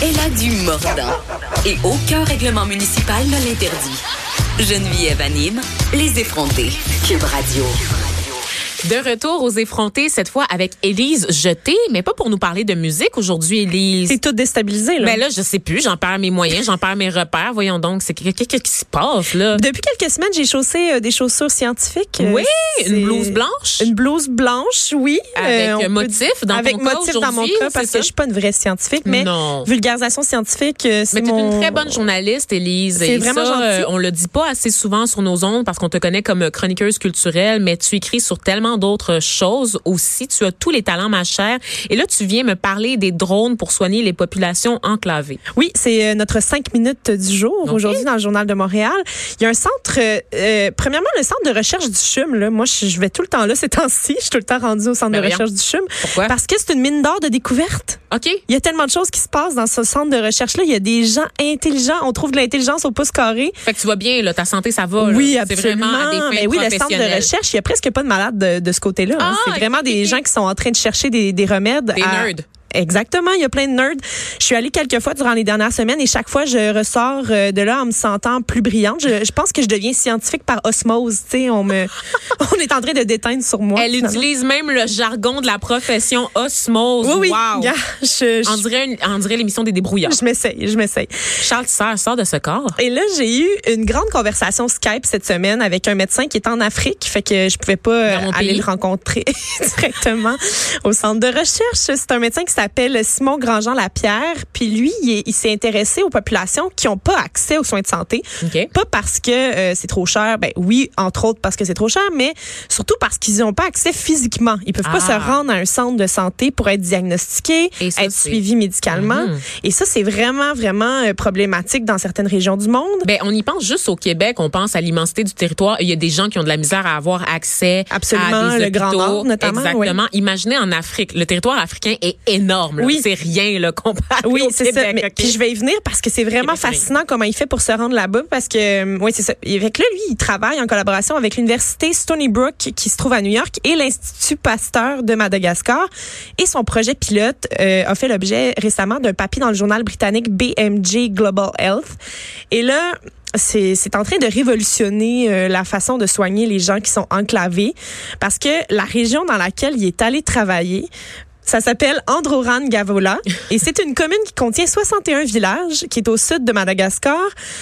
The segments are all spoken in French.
Elle a du mordant. Et aucun règlement municipal ne l'interdit. Geneviève anime Les Effrontés. Cube Radio. De retour aux effrontés, cette fois avec Élise Jeté, mais pas pour nous parler de musique aujourd'hui, Élise. C'est tout déstabilisé, là. Mais là, je sais plus, j'en perds mes moyens, j'en perds mes repères. Voyons donc, qu'est-ce qui se passe, là? Depuis quelques semaines, j'ai chaussé des chaussures scientifiques. Oui, une blouse blanche. Une blouse blanche, oui. Avec motif dans avec ton cas motif dans mon cas, parce que je suis pas une vraie scientifique, mais vulgarisation scientifique, c'est mais tu es une très bonne journaliste, Élise. C'est vraiment gentil. On le dit pas assez souvent sur nos ondes parce qu'on te connaît comme chroniqueuse culturelle, mais tu écris sur tellement d'autres choses aussi. Tu as tous les talents, ma chère. Et là, tu viens me parler des drones pour soigner les populations enclavées. Oui, c'est notre 5 minutes du jour. Okay. Aujourd'hui, dans le Journal de Montréal. Il y a un centre, premièrement, le centre de recherche du CHUM. Là. Moi, je vais tout le temps là ces temps-ci. Je suis tout le temps rendue au centre de recherche du CHUM. Pourquoi? Parce que c'est une mine d'or de découverte. OK. Il y a tellement de choses qui se passent dans ce centre de recherche-là. Il y a des gens intelligents. On trouve de l'intelligence au pouce carré. Fait que tu vas bien, là. Ta santé, ça va. Oui, là. absolument. C'est vraiment à des fins mais oui, le centre de recherche, il y a presque pas de malades de ce côté-là. Ah, c'est vraiment des gens qui sont en train de chercher des remèdes. Des nerds. Exactement, il y a plein de nerds. Je suis allée quelques fois durant les dernières semaines et chaque fois je ressors de là en me sentant plus brillante. Je pense que je deviens scientifique par osmose, tu sais, on est en train de déteindre sur moi. Elle utilise même le jargon de la profession osmose. Oui, wow. Yeah, on dirait l'émission des débrouillards. Je m'essaye. Charles Tissère sort de ce corps. Et là, j'ai eu une grande conversation Skype cette semaine avec un médecin qui est en Afrique, fait que je pouvais pas aller le rencontrer directement au centre de recherche. C'est un médecin qui s'appelle Simon Grandjean-Lapierre. Puis lui, il s'est intéressé aux populations qui n'ont pas accès aux soins de santé. Okay. Pas parce que c'est trop cher. Ben oui, entre autres parce que c'est trop cher, mais surtout parce qu'ils n'ont pas accès physiquement. Ils peuvent pas se rendre à un centre de santé pour être diagnostiqués, être suivis médicalement. Et ça, c'est vraiment, vraiment problématique dans certaines régions du monde. Ben, on y pense juste au Québec. On pense à l'immensité du territoire. Il y a des gens qui ont de la misère à avoir accès à des hôpitaux. Le Grand Nord, notamment. Exactement. Oui. Imaginez en Afrique. Le territoire africain est énorme. Là. Oui. C'est rien là, comparé au c'est Québec. Ça. Mais, okay. Puis je vais y venir parce que c'est vraiment fascinant comment il fait pour se rendre là-bas. Parce que, oui, c'est ça. Et avec là, lui, il travaille en collaboration avec l'Université Stony Brook qui se trouve à New York et l'Institut Pasteur de Madagascar. Et son projet pilote a fait l'objet récemment d'un papier dans le journal britannique BMJ Global Health. Et là, c'est en train de révolutionner la façon de soigner les gens qui sont enclavés parce que la région dans laquelle il est allé travailler, ça s'appelle Androran Gavola et c'est une commune qui contient 61 villages qui est au sud de Madagascar.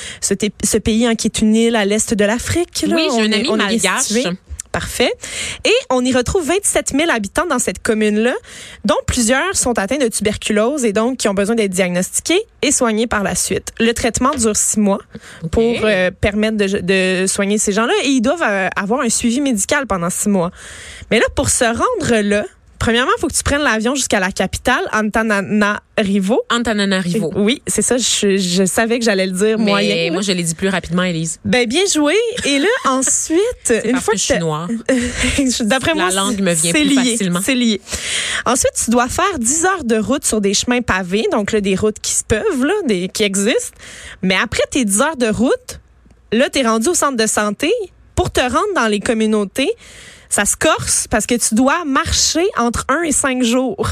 Ce pays qui est une île à l'est de l'Afrique. Là. Oui, j'ai un ami malgache. Parfait. Et on y retrouve 27 000 habitants dans cette commune-là, dont plusieurs sont atteints de tuberculose et donc qui ont besoin d'être diagnostiqués et soignés par la suite. Le traitement dure 6 mois pour permettre de soigner ces gens-là et ils doivent avoir un suivi médical pendant 6 mois. Mais là, pour se rendre là, premièrement, il faut que tu prennes l'avion jusqu'à la capitale, Antananarivo. Antananarivo. Oui, c'est ça. Je savais que j'allais le dire moyen. Mais moi, je l'ai dit plus rapidement, Élise. Ben bien joué. Et là, ensuite, une fois que je suis noire. D'après moi, la langue me vient plus facilement. C'est lié. Ensuite, tu dois faire 10 heures de route sur des chemins pavés, donc là, des routes qui se peuvent, là, qui existent. Mais après tes 10 heures de route, là, t'es rendu au centre de santé. Pour te rendre dans les communautés, ça se corse parce que tu dois marcher entre 1 et 5 jours.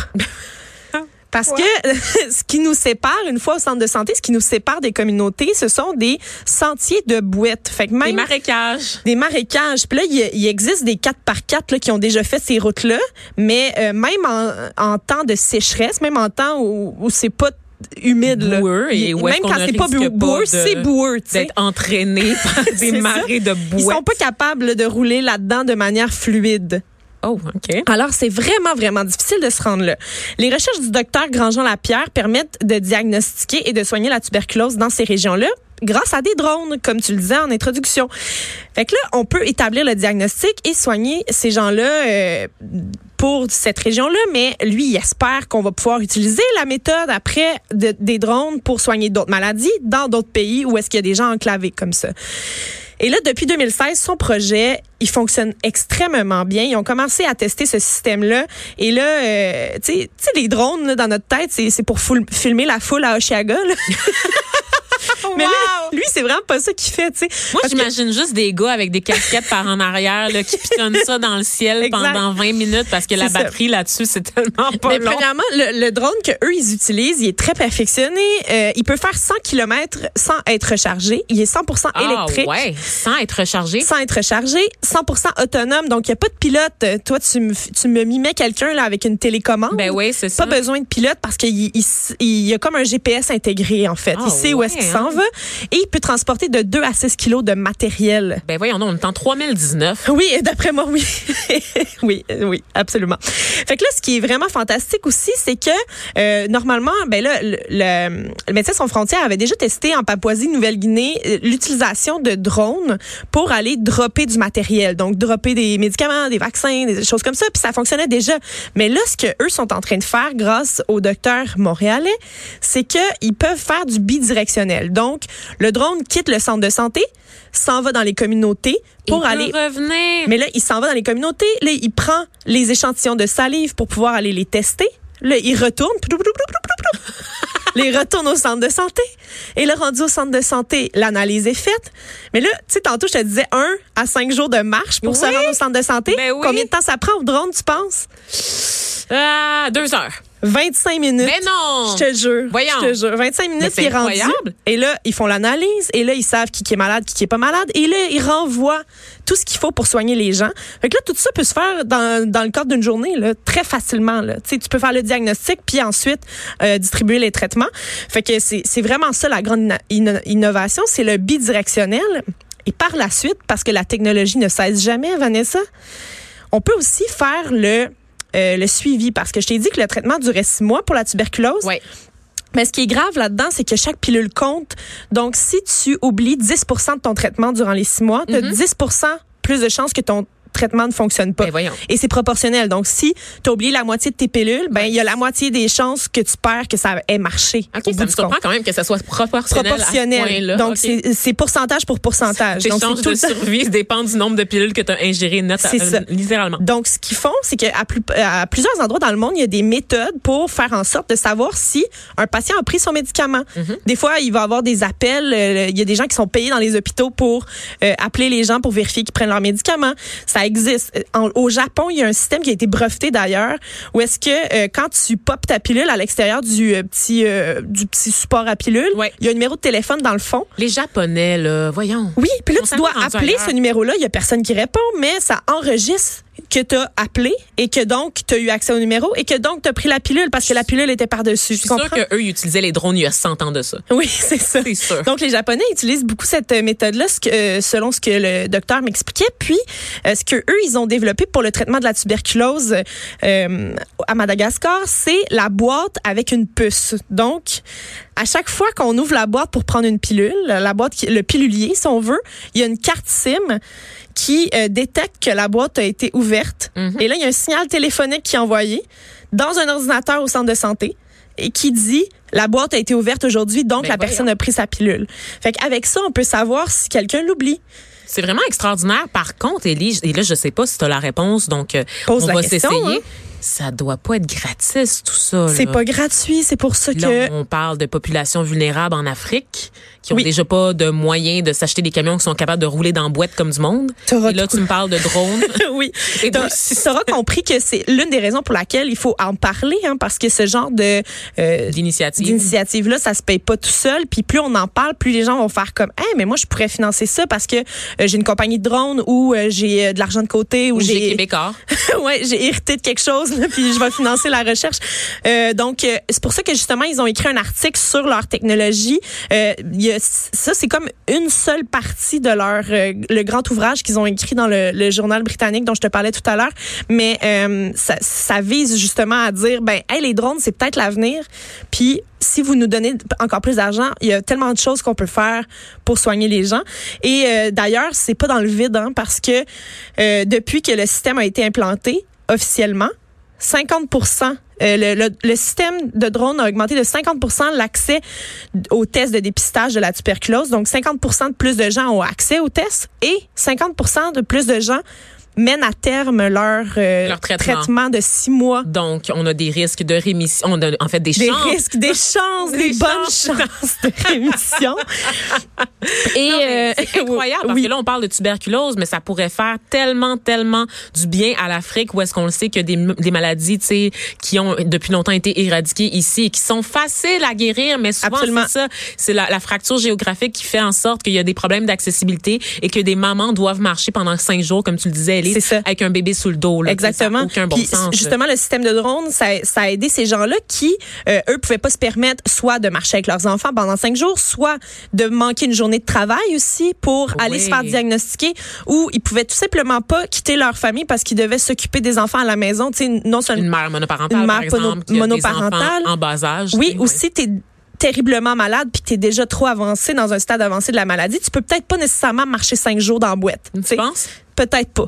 Parce que ce qui nous sépare, une fois au centre de santé, ce qui nous sépare des communautés, ce sont des sentiers de bouettes. Fait que même des marécages. Des marécages. Puis là, il existe des 4x4 là, qui ont déjà fait ces routes-là, mais même en temps de sécheresse, même en temps où c'est pas humide là. Boueux, et même quand c'est pas boueux, c'est boueux, tu sais. D'être entraîné par des marées de bouette. Ils sont pas capables là, de rouler là-dedans de manière fluide. Oh, OK. Alors, c'est vraiment, vraiment difficile de se rendre là. Les recherches du docteur Grandjean-Lapierre permettent de diagnostiquer et de soigner la tuberculose dans ces régions-là grâce à des drones, comme tu le disais en introduction. Fait que là, on peut établir le diagnostic et soigner ces gens-là pour cette région-là, mais lui, il espère qu'on va pouvoir utiliser la méthode après des drones pour soigner d'autres maladies dans d'autres pays où est-ce qu'il y a des gens enclavés comme ça. Et là, depuis 2016, son projet, il fonctionne extrêmement bien. Ils ont commencé à tester ce système-là. Et là, tu sais, les drones, là, dans notre tête, c'est pour filmer la foule à Oshiaga, là. Mais là, lui, c'est vraiment pas ça qu'il fait, tu sais. Moi, j'imagine juste des gars avec des casquettes par en arrière là, qui pitonnent ça dans le ciel pendant 20 minutes parce que la batterie là-dessus, c'est tellement pas long. Premièrement, le drone qu'eux, ils utilisent, il est très perfectionné. Il peut faire 100 km sans être rechargé. Il est 100% électrique. Ouais, sans être rechargé. Sans être rechargé, 100% autonome. Donc, il n'y a pas de pilote. Toi, tu me mimais quelqu'un là avec une télécommande. Ben oui, c'est ça. Pas besoin de pilote parce qu'il y a comme un GPS intégré, en fait. Il sait où est-ce qu'il s'en va. Et il peut transporter de 2 à 6 kilos de matériel. Ben voyons, on est en 3019. Oui, d'après moi, oui. oui, absolument. Fait que là, ce qui est vraiment fantastique aussi, c'est que normalement, ben là, le Médecins sans frontières avait déjà testé en Papouasie-Nouvelle-Guinée l'utilisation de drones pour aller dropper du matériel. Donc, dropper des médicaments, des vaccins, des choses comme ça. Puis ça fonctionnait déjà. Mais là, ce que eux sont en train de faire grâce aux docteurs montréalais, c'est qu'ils peuvent faire du bidirectionnel. Donc, le drone quitte le centre de santé, s'en va dans les communautés pour aller revenir. Mais là, il s'en va dans les communautés. Là, il prend les échantillons de salive pour pouvoir aller les tester. Là, il retourne. Les retourne au centre de santé. Et là, rendu au centre de santé, l'analyse est faite. Mais là, tu sais, tantôt, je te disais 1 à 5 jours de marche pour se rendre au centre de santé. Ben oui. Combien de temps ça prend au drone, tu penses? 2 heures. 25 minutes. Mais non! Je te jure. Voyons. Je te jure. 25 minutes, il est rendu. Et là, ils font l'analyse. Et là, ils savent qui est malade, qui est pas malade. Et là, ils renvoient tout ce qu'il faut pour soigner les gens. Fait que là, tout ça peut se faire dans le cadre d'une journée, là, très facilement, là. Tu sais, tu peux faire le diagnostic, puis ensuite, distribuer les traitements. Fait que c'est vraiment ça, la grande innovation. C'est le bidirectionnel. Et par la suite, parce que la technologie ne cesse jamais, Vanessa, on peut aussi faire le suivi, parce que je t'ai dit que le traitement durait 6 mois pour la tuberculose. Oui. Mais ce qui est grave là-dedans, c'est que chaque pilule compte. Donc, si tu oublies 10% de ton traitement durant les 6 mois, tu as 10% plus de chances que ton traitement ne fonctionne pas. Ben voyons. Et c'est proportionnel. Donc, si tu as oublié la moitié de tes pilules, ben il y a la moitié des chances que tu perds que ça ait marché. OK, ça me surprend quand même que ça soit proportionnel à ce point-là. Donc, c'est pourcentage pour pourcentage. Tes donc, chances de survie dépendent du nombre de pilules que tu as ingérées littéralement. Donc, ce qu'ils font, c'est qu'à plusieurs endroits dans le monde, il y a des méthodes pour faire en sorte de savoir si un patient a pris son médicament. Des fois, il va y avoir des appels. Il y a des gens qui sont payés dans les hôpitaux pour appeler les gens pour vérifier qu'ils prennent leurs médicaments. Ça existe. Au Japon, il y a un système qui a été breveté d'ailleurs, où est-ce que quand tu popes ta pilule à l'extérieur du petit support à pilule, il y a un numéro de téléphone dans le fond. Les Japonais, là, voyons. Oui, puis là, tu dois appeler ce numéro-là. Il y a personne qui répond, mais ça enregistre que tu as appelé et que donc tu as eu accès au numéro et que donc tu as pris la pilule parce que la pilule était par-dessus. Je suis sûre qu'eux, ils utilisaient les drones il y a 100 ans de ça. Oui, c'est ça. C'est sûr. Donc, les Japonais utilisent beaucoup cette méthode-là, selon ce que le docteur m'expliquait. Puis, ce que eux, ils ont développé pour le traitement de la tuberculose à Madagascar, c'est la boîte avec une puce. Donc, à chaque fois qu'on ouvre la boîte pour prendre une pilule, la boîte, le pilulier, si on veut, il y a une carte SIM qui détecte que la boîte a été ouverte. Et là, il y a un signal téléphonique qui est envoyé dans un ordinateur au centre de santé et qui dit la boîte a été ouverte aujourd'hui, donc la personne a pris sa pilule. Fait qu'avec ça, on peut savoir si quelqu'un l'oublie. C'est vraiment extraordinaire. Par contre, Élie, et là, je sais pas si tu as la réponse, donc on va s'essayer. Ça doit pas être gratis, tout ça. C'est pas gratuit, c'est pour ça là, on parle de populations vulnérables en Afrique qui ont déjà pas de moyens de s'acheter des camions qui sont capables de rouler dans la boîte comme du monde. Et là, tu me parles de drones. Oui. Tu auras compris que c'est l'une des raisons pour laquelle il faut en parler, hein, parce que ce genre d'initiative-là, ça se paye pas tout seul. Puis plus on en parle, plus les gens vont faire comme, mais moi, je pourrais financer ça parce que j'ai une compagnie de drones ou j'ai de l'argent de côté ou j'ai Québécois. Ouais, j'ai hérité de quelque chose. Puis je vais financer la recherche. Donc, c'est pour ça que justement, ils ont écrit un article sur leur technologie. Ça, c'est comme une seule partie de le grand ouvrage qu'ils ont écrit dans le journal britannique dont je te parlais tout à l'heure. Mais ça vise justement à dire, les drones, c'est peut-être l'avenir. Puis, si vous nous donnez encore plus d'argent, il y a tellement de choses qu'on peut faire pour soigner les gens. Et d'ailleurs, c'est pas dans le vide, hein, parce que depuis que le système a été implanté officiellement, 50%. Le système de drone a augmenté de 50% l'accès aux tests de dépistage de la tuberculose. Donc, 50% de plus de gens ont accès aux tests et 50% de plus de gens mènent à terme leur traitement de 6 mois. Donc, on a des risques de rémission, on a en fait des chances, des bonnes chances de rémission. Et c'est incroyable parce que là, on parle de tuberculose, mais ça pourrait faire tellement du bien à l'Afrique où est-ce qu'on le sait que des maladies, tu sais, qui ont depuis longtemps été éradiquées ici et qui sont faciles à guérir, mais souvent c'est ça, c'est la fracture géographique qui fait en sorte qu'il y a des problèmes d'accessibilité et que des mamans doivent marcher pendant 5 jours, comme tu le disais, Élise, avec un bébé sous le dos. Là, exactement. Ça n'a aucun bon sens. Justement, le système de drone, ça a aidé ces gens-là qui, eux, pouvaient pas se permettre soit de marcher avec leurs enfants pendant 5 jours, soit de manquer une journée de travail aussi pour aller se faire diagnostiquer, ou ils pouvaient tout simplement pas quitter leur famille parce qu'ils devaient s'occuper des enfants à la maison. Tu sais, non seulement une mère monoparentale, par exemple, monoparentale, en bas âge. Oui, aussi t'es terriblement malade puis que t'es déjà trop avancé dans un stade avancé de la maladie, tu peux peut-être pas nécessairement marcher 5 jours dans la boîte. Tu penses? Peut-être pas.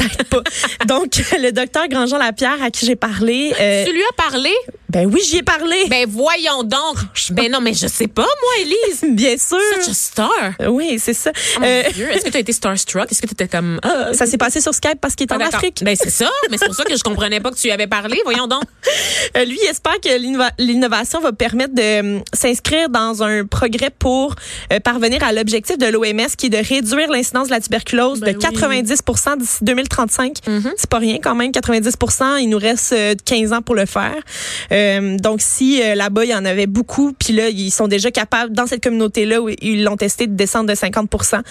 Donc, le docteur Grandjean-Lapierre à qui j'ai parlé... Tu lui as parlé? Ben oui, j'y ai parlé. Ben voyons donc. Ben non, mais je sais pas, moi, Élise. Bien sûr. Such a star. Oui, c'est ça. Oh mon Dieu. Est-ce que tu as été starstruck? Est-ce que tu étais comme... Ça s'est passé sur Skype parce qu'il est en Afrique. Ben c'est ça, mais c'est pour ça que je comprenais pas que tu y avais parlé. Voyons donc. Lui, il espère que l'innovation va permettre de s'inscrire dans un progrès pour parvenir à l'objectif de l'OMS qui est de réduire l'incidence de la tuberculose de 90% d'ici 2035. C'est pas rien quand même, 90%. Il nous reste 15 ans pour le faire. Donc, si là-bas, il y en avait beaucoup, puis là, ils sont déjà capables, dans cette communauté-là, où ils l'ont testé, de descendre de 50%,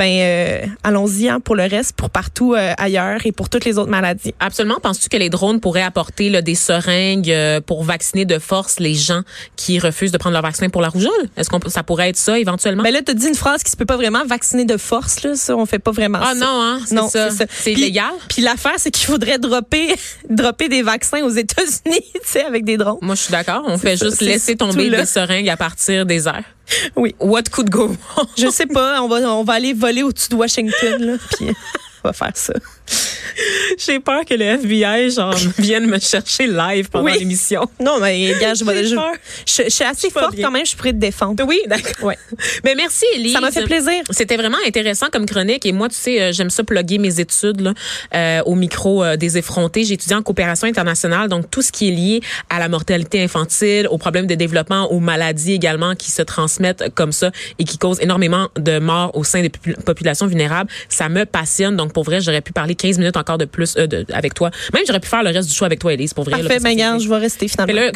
allons-y pour le reste, pour partout ailleurs et pour toutes les autres maladies. Absolument. Penses-tu que les drones pourraient apporter là, des seringues pour vacciner de force les gens qui refusent de prendre leur vaccin pour la rougeole? Est-ce que ça pourrait être ça, éventuellement? Ben là, tu as dit une phrase qui se peut pas vraiment vacciner de force, là. Ça, on fait pas vraiment ça. Ah non, hein? Non, c'est ça. C'est illégal. Puis l'affaire, c'est qu'il faudrait dropper des vaccins aux États-Unis, tu sais, avec des drones. Moi, je suis d'accord. On fait juste laisser tomber des seringues à partir des airs. Oui. What could go wrong? Je sais pas. On va aller voler au-dessus de Washington, là, puis on va faire ça. J'ai peur que le FBI vienne me chercher live pendant l'émission. Non, mais gars, je suis assez forte quand même, je pourrais te défendre. Oui, d'accord. Ouais. Mais merci, Élise. Ça m'a fait plaisir. C'était vraiment intéressant comme chronique. Et moi, tu sais, j'aime ça plugger mes études là, au micro des effrontés. J'ai étudié en coopération internationale, donc tout ce qui est lié à la mortalité infantile, aux problèmes de développement, aux maladies également qui se transmettent comme ça et qui causent énormément de morts au sein des populations vulnérables. Ça me passionne. Donc, pour vrai, j'aurais pu parler 15 minutes encore de plus avec toi. Même, j'aurais pu faire le reste du show avec toi, Élise, pour vrai. Parfait, Megan, je vais rester finalement.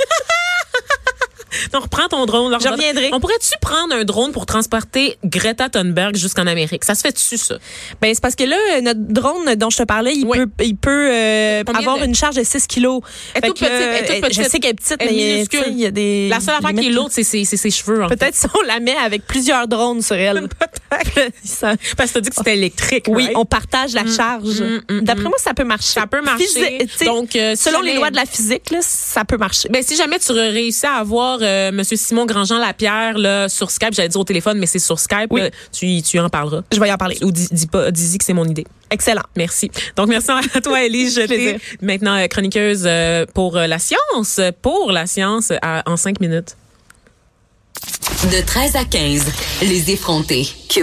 Donc, reprends ton drone. Je reviendrai. On pourrait-tu prendre un drone pour transporter Greta Thunberg jusqu'en Amérique? Ça se fait-tu, ça? Ben, c'est parce que là, notre drone dont je te parlais, il peut avoir une charge de 6 kilos. Elle est toute petite. Je sais qu'elle est petite, mais minuscule. Il y a des... La seule affaire qui est lourde, c'est ses cheveux. Peut-être si on la met avec plusieurs drones sur elle. Parce que t'as dit que c'était électrique. Oui, right? on partage la charge. D'après moi, ça peut marcher. Ça peut marcher. Donc, selon les lois de la physique, là, ça peut marcher. Ben, si jamais tu réussis à avoir Monsieur Simon Grandjean-Lapierre là sur Skype, j'allais dire au téléphone, mais c'est sur Skype. Oui. Là, tu en parleras. Je vais y en parler. Ou dis-y que c'est mon idée. Excellent. Merci. Donc, merci à toi, Élise. Je t'ai maintenant chroniqueuse pour la science. En 5 minutes. De 13 à 15, les effrontés.